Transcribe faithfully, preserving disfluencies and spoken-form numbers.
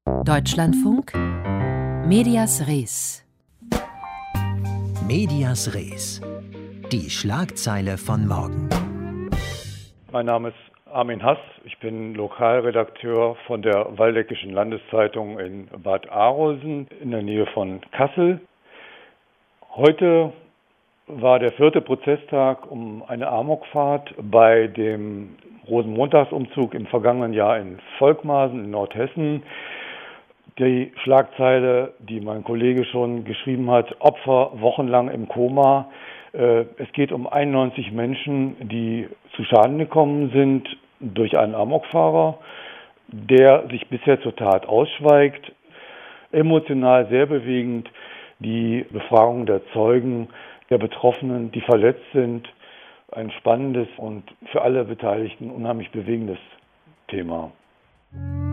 Deutschlandfunk Medias Res. Medias Res. Die Schlagzeile von morgen. Mein Name ist Armin Hass. Ich bin Lokalredakteur von der Waldeckischen Landeszeitung in Bad Arolsen in der Nähe von Kassel. Heute war der vierte Prozesstag um eine Amokfahrt bei dem Rosenmontagsumzug im vergangenen Jahr in Volkmarsen in Nordhessen. Die Schlagzeile, die mein Kollege schon geschrieben hat, Opfer wochenlang im Koma. Es geht um einundneunzig Menschen, die zu Schaden gekommen sind durch einen Amokfahrer, der sich bisher zur Tat ausschweigt. Emotional sehr bewegend die Befragung der Zeugen, der Betroffenen, die verletzt sind. Ein spannendes und für alle Beteiligten unheimlich bewegendes Thema.